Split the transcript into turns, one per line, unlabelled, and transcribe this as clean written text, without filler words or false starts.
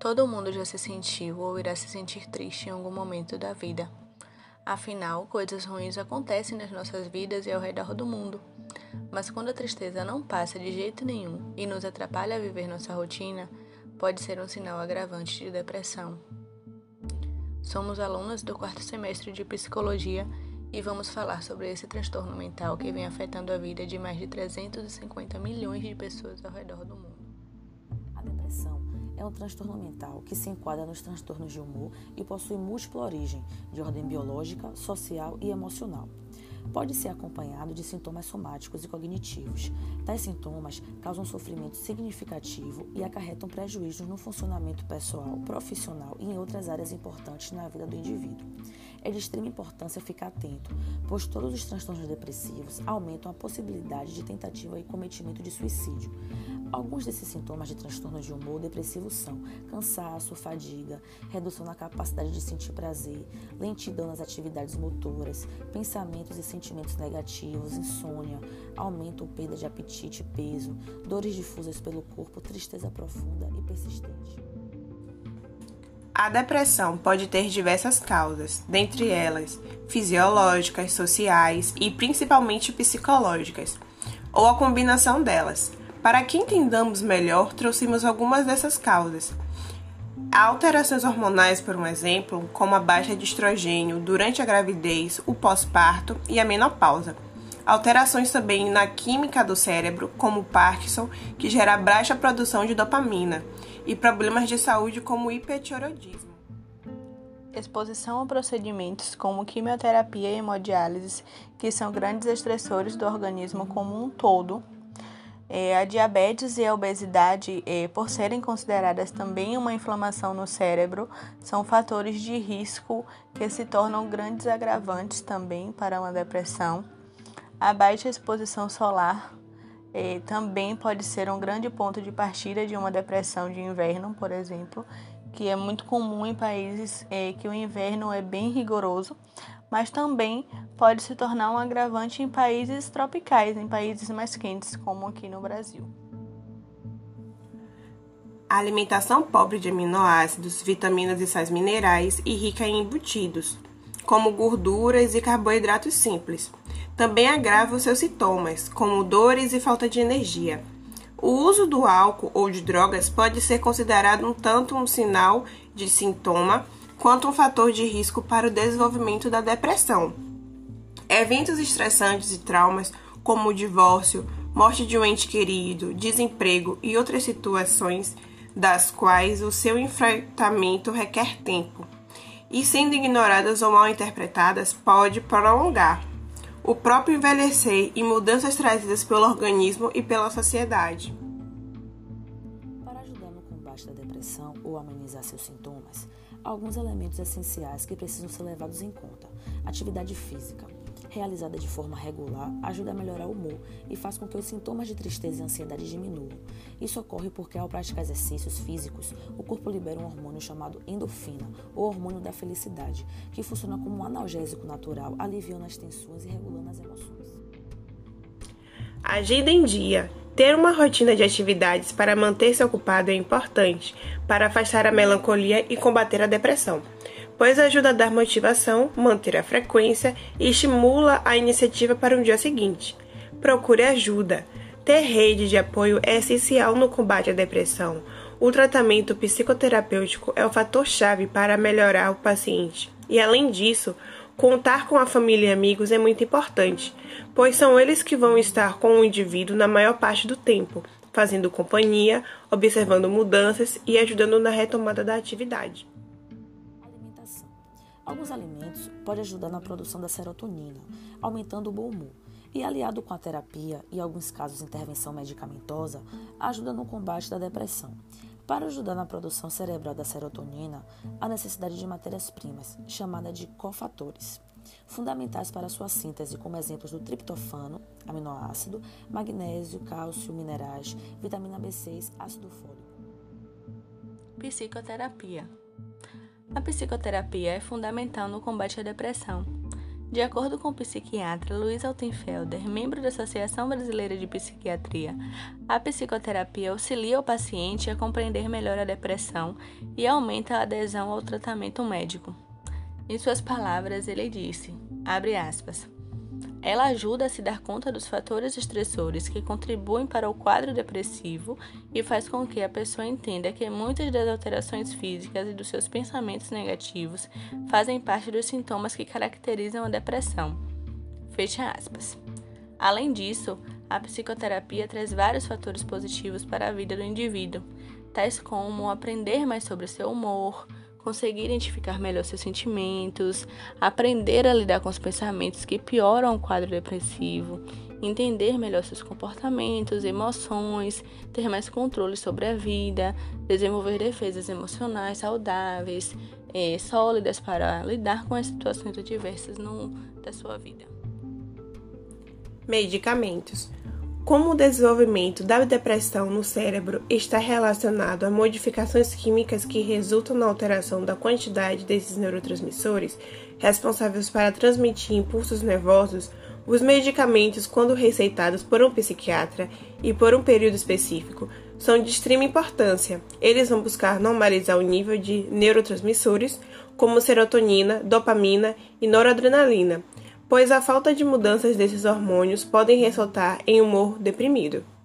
Todo mundo já se sentiu ou irá se sentir triste em algum momento da vida. Afinal, coisas ruins acontecem nas nossas vidas e ao redor do mundo. Mas quando a tristeza não passa de jeito nenhum e nos atrapalha a viver nossa rotina, pode ser um sinal agravante de depressão. Somos alunas do 4º semestre de Psicologia e vamos falar sobre esse transtorno mental que vem afetando a vida de mais de 350 milhões de pessoas ao redor do mundo.
A depressão é um transtorno mental que se enquadra nos transtornos de humor e possui múltipla origem, de ordem biológica, social e emocional. Pode ser acompanhado de sintomas somáticos e cognitivos. Tais sintomas causam sofrimento significativo e acarretam prejuízos no funcionamento pessoal, profissional e em outras áreas importantes na vida do indivíduo. É de extrema importância ficar atento, pois todos os transtornos depressivos aumentam a possibilidade de tentativa e cometimento de suicídio. Alguns desses sintomas de transtornos de humor depressivo são cansaço, fadiga, redução na capacidade de sentir prazer, lentidão nas atividades motoras, pensamentos e sentimentos negativos, insônia, aumento ou perda de apetite e peso, dores difusas pelo corpo, tristeza profunda e persistente.
A depressão pode ter diversas causas, dentre elas fisiológicas, sociais e principalmente psicológicas, ou a combinação delas. Para que entendamos melhor, trouxemos algumas dessas causas. Há alterações hormonais, por um exemplo, como a baixa de estrogênio durante a gravidez, o pós-parto e a menopausa. Alterações também na química do cérebro, como o Parkinson, que gera baixa produção de dopamina, e problemas de saúde como o hipertiroidismo.
Exposição a procedimentos como quimioterapia e hemodiálise, que são grandes estressores do organismo como um todo. A diabetes e a obesidade, por serem consideradas também uma inflamação no cérebro, são fatores de risco que se tornam grandes agravantes também para uma depressão. A baixa exposição solar também pode ser um grande ponto de partida de uma depressão de inverno, por exemplo, que é muito comum em países que o inverno é bem rigoroso, mas também pode se tornar um agravante em países tropicais, em países mais quentes, como aqui no Brasil.
A alimentação pobre de aminoácidos, vitaminas e sais minerais e rica em embutidos, como gorduras e carboidratos simples, também agrava os seus sintomas, como dores e falta de energia. O uso do álcool ou de drogas pode ser considerado tanto um sinal de sintoma, quanto um fator de risco para o desenvolvimento da depressão. Eventos estressantes e traumas, como o divórcio, morte de um ente querido, desemprego e outras situações das quais o seu enfrentamento requer tempo, e sendo ignoradas ou mal interpretadas, pode prolongar o próprio envelhecer e mudanças trazidas pelo organismo e pela sociedade.
Para ajudar no combate da depressão ou amenizar seus sintomas, há alguns elementos essenciais que precisam ser levados em conta. Atividade física, realizada de forma regular, ajuda a melhorar o humor e faz com que os sintomas de tristeza e ansiedade diminuam. Isso ocorre porque, ao praticar exercícios físicos, o corpo libera um hormônio chamado endorfina, ou hormônio da felicidade, que funciona como um analgésico natural, aliviando as tensões e regulando as emoções.
Agenda em dia. Ter uma rotina de atividades para manter-se ocupado é importante para afastar a melancolia e combater a depressão, pois ajuda a dar motivação, manter a frequência e estimula a iniciativa para um dia seguinte. Procure ajuda. Ter rede de apoio é essencial no combate à depressão. O tratamento psicoterapêutico é o fator-chave para melhorar o paciente. E, além disso, contar com a família e amigos é muito importante, pois são eles que vão estar com o indivíduo na maior parte do tempo, fazendo companhia, observando mudanças e ajudando na retomada da atividade.
Alimentação. Alguns alimentos podem ajudar na produção da serotonina, aumentando o bom humor. E aliado com a terapia e, em alguns casos, intervenção medicamentosa, ajuda no combate da depressão. Para ajudar na produção cerebral da serotonina, há necessidade de matérias-primas, chamada de cofatores, fundamentais para sua síntese, como exemplos do triptofano, aminoácido, magnésio, cálcio, minerais, vitamina B6, ácido fólico.
Psicoterapia. A psicoterapia é fundamental no combate à depressão. De acordo com o psiquiatra Luiz Altenfelder, membro da Associação Brasileira de Psiquiatria, a psicoterapia auxilia o paciente a compreender melhor a depressão e aumenta a adesão ao tratamento médico. Em suas palavras, ele disse, abre aspas, ela ajuda a se dar conta dos fatores estressores que contribuem para o quadro depressivo e faz com que a pessoa entenda que muitas das alterações físicas e dos seus pensamentos negativos fazem parte dos sintomas que caracterizam a depressão. Fecha aspas. Além disso, a psicoterapia traz vários fatores positivos para a vida do indivíduo, tais como aprender mais sobre seu humor, conseguir identificar melhor seus sentimentos, aprender a lidar com os pensamentos que pioram o quadro depressivo, entender melhor seus comportamentos, emoções, ter mais controle sobre a vida, desenvolver defesas emocionais saudáveis, sólidas para lidar com as situações adversas da sua vida.
Medicamentos. Como o desenvolvimento da depressão no cérebro está relacionado a modificações químicas que resultam na alteração da quantidade desses neurotransmissores, responsáveis para transmitir impulsos nervosos, os medicamentos, quando receitados por um psiquiatra e por um período específico, são de extrema importância. Eles vão buscar normalizar o nível de neurotransmissores, como serotonina, dopamina e noradrenalina, pois a falta de mudanças desses hormônios podem resultar em humor deprimido.